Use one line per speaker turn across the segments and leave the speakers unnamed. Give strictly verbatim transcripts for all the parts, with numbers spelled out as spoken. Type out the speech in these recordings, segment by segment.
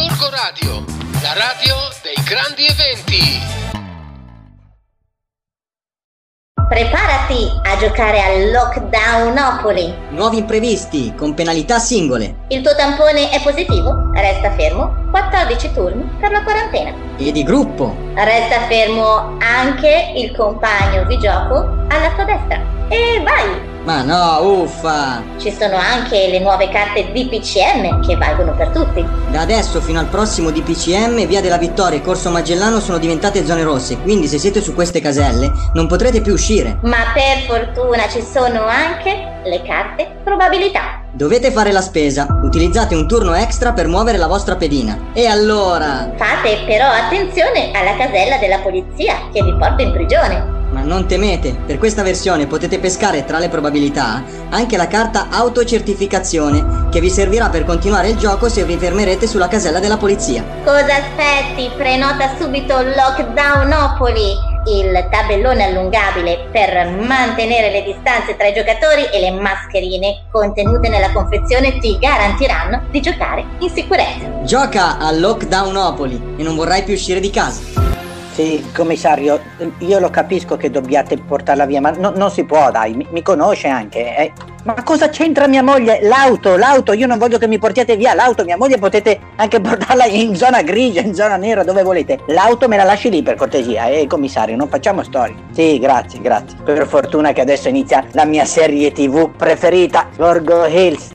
Gorgo Radio, la radio dei grandi eventi.
Preparati a giocare al Lockdownopoli.
Nuovi imprevisti con penalità singole.
Il tuo tampone è positivo? Resta fermo quattordici turni per la quarantena.
E di gruppo.
Resta fermo anche il compagno di gioco alla tua destra. E vai!
Ma no, uffa!
Ci sono anche le nuove carte D P C M che valgono per tutti.
Da adesso fino al prossimo D P C M, Via della Vittoria e Corso Magellano sono diventate zone rosse, quindi se siete su queste caselle non potrete più uscire.
Ma per fortuna ci sono anche le carte probabilità.
Dovete fare la spesa, utilizzate un turno extra per muovere la vostra pedina. E allora?
Fate però attenzione alla casella della polizia che vi porta in prigione.
Ma non temete, per questa versione potete pescare tra le probabilità anche la carta autocertificazione che vi servirà per continuare il gioco se vi fermerete sulla casella della polizia.
Cosa aspetti? Prenota subito Lockdownopoli, il tabellone allungabile per mantenere le distanze tra i giocatori e le mascherine contenute nella confezione ti garantiranno di giocare in sicurezza.
Gioca a Lockdownopoli e non vorrai più uscire di casa.
Sì, commissario, io lo capisco che dobbiate portarla via, ma no, non si può, dai, mi, mi conosce anche. Eh. Ma cosa c'entra mia moglie? L'auto, l'auto, io non voglio che mi portiate via l'auto, mia moglie potete anche portarla in zona grigia, in zona nera, dove volete. L'auto me la lasci lì per cortesia, eh, commissario, non facciamo storie. Sì, grazie, grazie. Per fortuna che adesso inizia la mia serie tivù preferita, Gorgo Hills.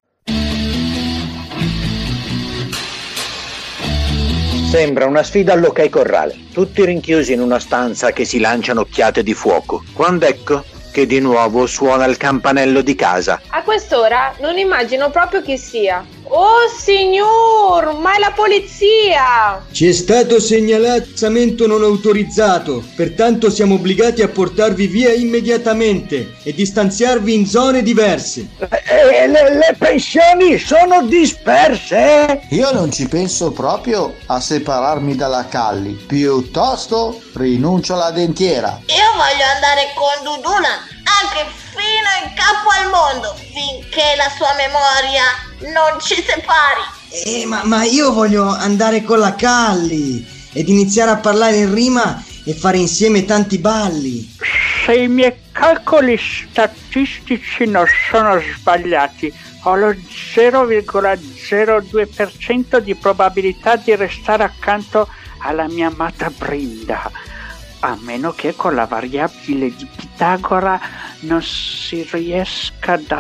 Sembra una sfida all'Ok Corrale, tutti rinchiusi in una stanza che si lanciano occhiate di fuoco, quando ecco che di nuovo suona il campanello di casa.
A quest'ora non immagino proprio chi sia. Oh signor, ma è la polizia!
Ci è stato segnalato non autorizzato, pertanto siamo obbligati a portarvi via immediatamente e distanziarvi in zone diverse.
E le, le pensioni sono disperse?
Io non ci penso proprio a separarmi dalla Calli, piuttosto rinuncio alla dentiera.
Io voglio andare con Duduna anche fino in capo al mondo, finché la sua memoria non ci separi.
Eh, ma, ma io voglio andare con la Calli ed iniziare a parlare in rima e fare insieme tanti balli.
Se i miei calcoli statistici non sono sbagliati, ho lo zero virgola zero due per cento di probabilità di restare accanto alla mia amata Brinda, a meno che con la variabile di Pitagora non si riesca ad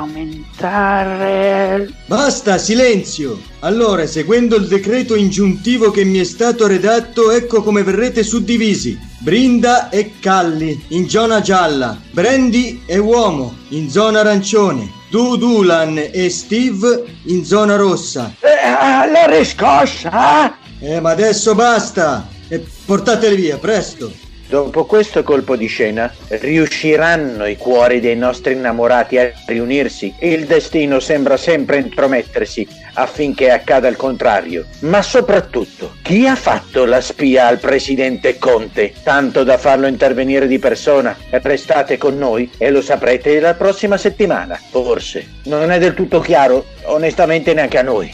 aumentare.
Basta, silenzio! Allora, seguendo il decreto ingiuntivo che mi è stato redatto, ecco come verrete suddivisi. Brinda e Calli in zona gialla, Brandy e Uomo in zona arancione, Dudulan e Steve in zona rossa.
Eh, la riscossa!
Eh, ma adesso basta! E portateli via, presto!
Dopo questo colpo di scena, riusciranno i cuori dei nostri innamorati a riunirsi? Il destino sembra sempre intromettersi affinché accada il contrario. Ma soprattutto, chi ha fatto la spia al presidente Conte, tanto da farlo intervenire di persona? Restate con noi e lo saprete la prossima settimana, forse. Non è del tutto chiaro, onestamente neanche a noi.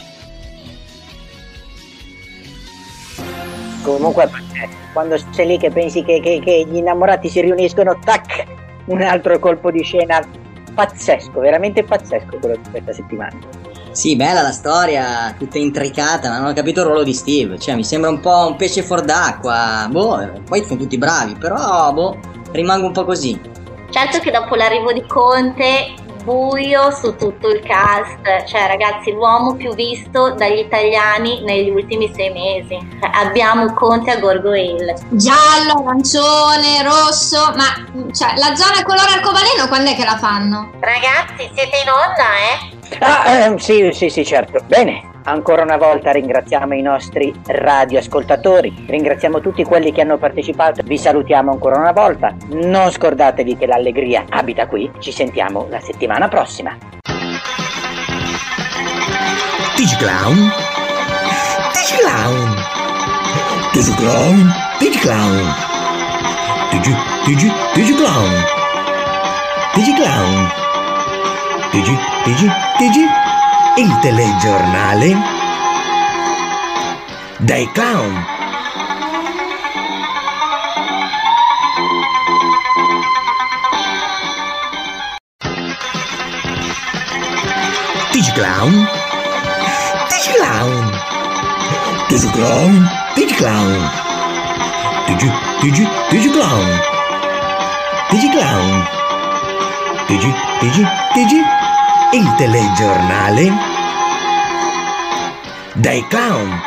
Comunque, quando sei lì che pensi che, che, che gli innamorati si riuniscono, tac, un altro colpo di scena pazzesco, veramente pazzesco quello di questa settimana.
Sì, bella la storia, tutta intricata, ma non ho capito il ruolo di Steve, cioè mi sembra un po' un pesce fuor d'acqua, boh, poi sono tutti bravi, però boh, rimango un po' così.
Certo che dopo l'arrivo di Conte, buio su tutto il cast, cioè ragazzi, l'uomo più visto dagli italiani negli ultimi sei mesi. Cioè, abbiamo Conte a Gorgo Hill.
Giallo, arancione, rosso, ma cioè la zona colore arcobaleno quando è che la fanno?
Ragazzi, siete in onda, eh?
Ah, ehm, sì, sì, sì, certo. Bene. Ancora una volta ringraziamo i nostri radioascoltatori, ringraziamo tutti quelli che hanno partecipato, vi salutiamo ancora una volta, non scordatevi che l'allegria abita qui, ci sentiamo la settimana prossima.
Digiclown, Digiclown, Digiclown, Digiclown, Digi, Digi, Digiclown, Digiclown, Digi, Digi, Digi. Il telegiornale dai clown. Digiclown, Digiclown, Digiclown, Digiclown, Digi, Digi, Digiclown, Digiclown, Digi, Digi, Digi, il telegiornale dai clown.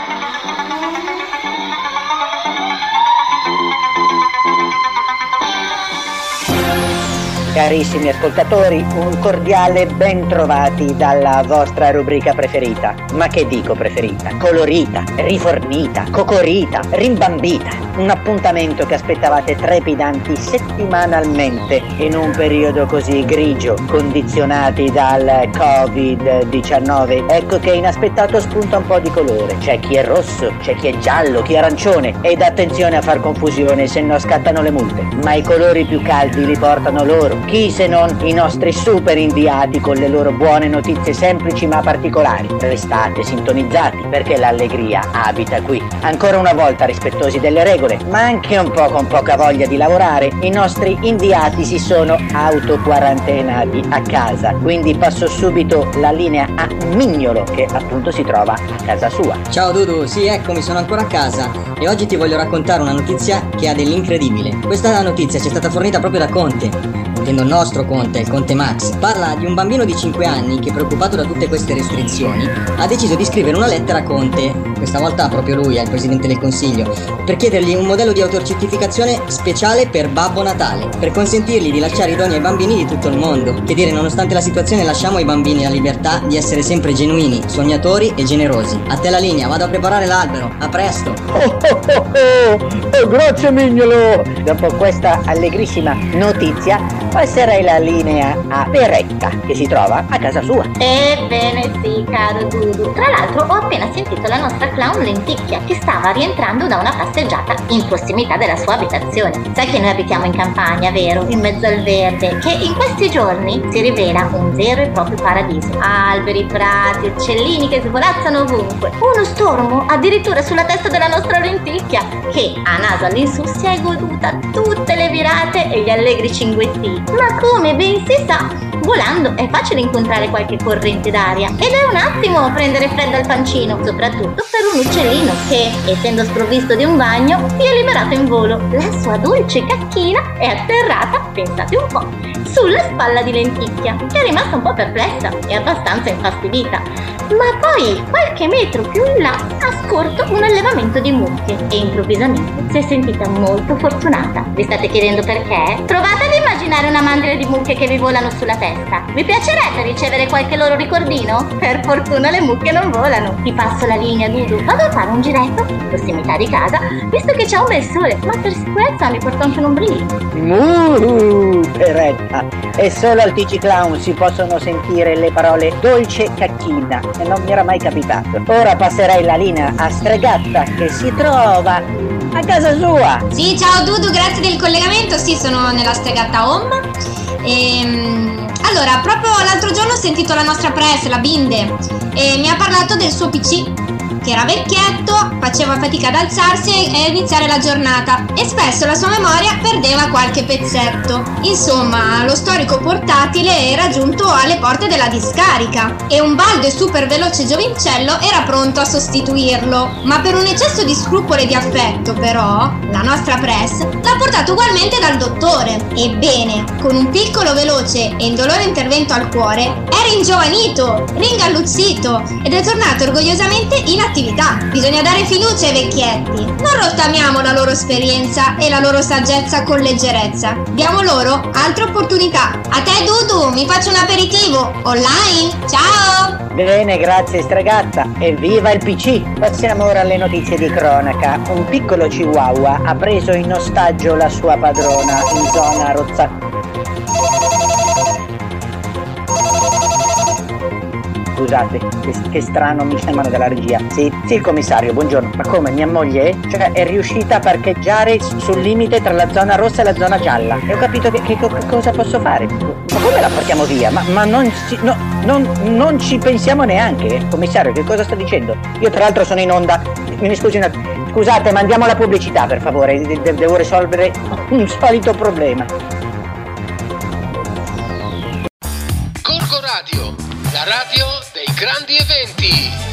Carissimi ascoltatori, un cordiale ben trovati dalla vostra rubrica preferita. Ma che dico preferita? Colorita, rifornita, cocorita, rimbambita. Un appuntamento che aspettavate trepidanti settimanalmente in un periodo così grigio, condizionati dal covid diciannove. Ecco che inaspettato spunta un po' di colore. C'è chi è rosso, c'è chi è giallo, chi è arancione. Ed attenzione a far confusione, se no scattano le multe. Ma i colori più caldi li portano loro. Chi se non i nostri super inviati con le loro buone notizie semplici ma particolari. Restate sintonizzati perché l'allegria abita qui. Ancora una volta rispettosi delle regole, ma anche un po' con poca voglia di lavorare, i nostri inviati si sono autoquarantenati a casa. Quindi passo subito la linea a Mignolo, che appunto si trova a casa sua.
Ciao Dudu, sì, eccomi, sono ancora a casa e oggi ti voglio raccontare una notizia che ha dell'incredibile. Questa notizia ci è stata fornita proprio da Conte. Intendo il nostro Conte, il Conte Max. Parla di un bambino di cinque anni che, preoccupato da tutte queste restrizioni, ha deciso di scrivere una lettera a Conte, questa volta proprio lui, al Presidente del Consiglio, per chiedergli un modello di autocertificazione speciale per Babbo Natale, per consentirgli di lasciare i doni ai bambini di tutto il mondo. Che dire, nonostante la situazione, lasciamo ai bambini la libertà di essere sempre genuini, sognatori e generosi. A te la linea, vado a preparare l'albero. A presto.
Oh, oh, oh, oh. Oh, grazie Mignolo. Dopo questa allegrissima notizia passerei la linea a Peretta, che si trova a casa sua.
Ebbene sì, caro Dudu. Tra l'altro ho appena sentito la nostra clown Lenticchia che stava rientrando da una passeggiata in prossimità della sua abitazione. Sai che noi abitiamo in campagna, vero? In mezzo al verde, che in questi giorni si rivela un vero e proprio paradiso. Alberi, prati, uccellini che svolazzano ovunque. Uno stormo addirittura sulla testa della nostra Lenticchia, che a naso all'insù si è goduta tutte le virate e gli allegri cinguettini. Ma come ben si sa, volando è facile incontrare qualche corrente d'aria ed è un attimo prendere freddo al pancino, soprattutto per un uccellino che, essendo sprovvisto di un bagno, si è liberato in volo. La sua dolce cacchina è atterrata, pensate un po', sulla spalla di Lenticchia, che è rimasta un po' perplessa e abbastanza infastidita. Ma poi, qualche metro più in là, ha scorto un allevamento di mucche e improvvisamente si è sentita molto fortunata. Vi state chiedendo perché? Provate ad immaginare una mandria di mucche che vi volano sulla testa. Vi piacerebbe ricevere qualche loro ricordino? Per fortuna le mucche non volano. Ti passo la linea, Dudu. Vado a fare un giretto in prossimità di casa, visto che c'è un bel sole, ma per sicurezza mi porto anche un ombrellino.
Uh, Peretta. E solo al Digiclown si possono sentire le parole dolce cacchina. E non mi era mai capitato. Ora passerei la linea a Stregatta, che si trova a casa sua.
Sì, ciao Dudu, grazie del collegamento. Sì, sono nella Stregatta Home. Ehm, allora, proprio l'altro giorno ho sentito la nostra press, la Binde, e mi ha parlato del suo P C, che era vecchietto, faceva fatica ad alzarsi e iniziare la giornata e spesso la sua memoria perdeva qualche pezzetto. Insomma, lo storico portatile era giunto alle porte della discarica e un baldo super veloce giovincello era pronto a sostituirlo. Ma per un eccesso di scrupolo e di affetto, però, la nostra press l'ha portato ugualmente dal dottore. Ebbene, con un piccolo, veloce e indolore intervento al cuore, è ringiovanito, ringalluzzito ed è tornato orgogliosamente in attività. Bisogna dare fiducia ai vecchietti, non rottamiamo la loro esperienza e la loro saggezza con leggerezza, diamo loro altre opportunità. A te Dudu, mi faccio un aperitivo online, ciao!
Bene, grazie Stregatta, e viva il P C! Passiamo ora alle notizie di cronaca. Un piccolo chihuahua ha preso in ostaggio la sua padrona in zona Rozza... scusate, che, che strano, mi chiamano dalla regia. Sì, sì, commissario, buongiorno. Ma come, mia moglie? Cioè, è riuscita a parcheggiare sul limite tra la zona rossa e la zona gialla. E ho capito che, che, che cosa posso fare. Ma come la portiamo via? Ma, ma non, si, no, non, non ci pensiamo neanche, commissario, che cosa sta dicendo? Io tra l'altro sono in onda, mi scusi un attimo. Scusate, mandiamo la pubblicità, per favore, De- devo risolvere un solito problema.
Gorgo Radio, la radio dei grandi eventi.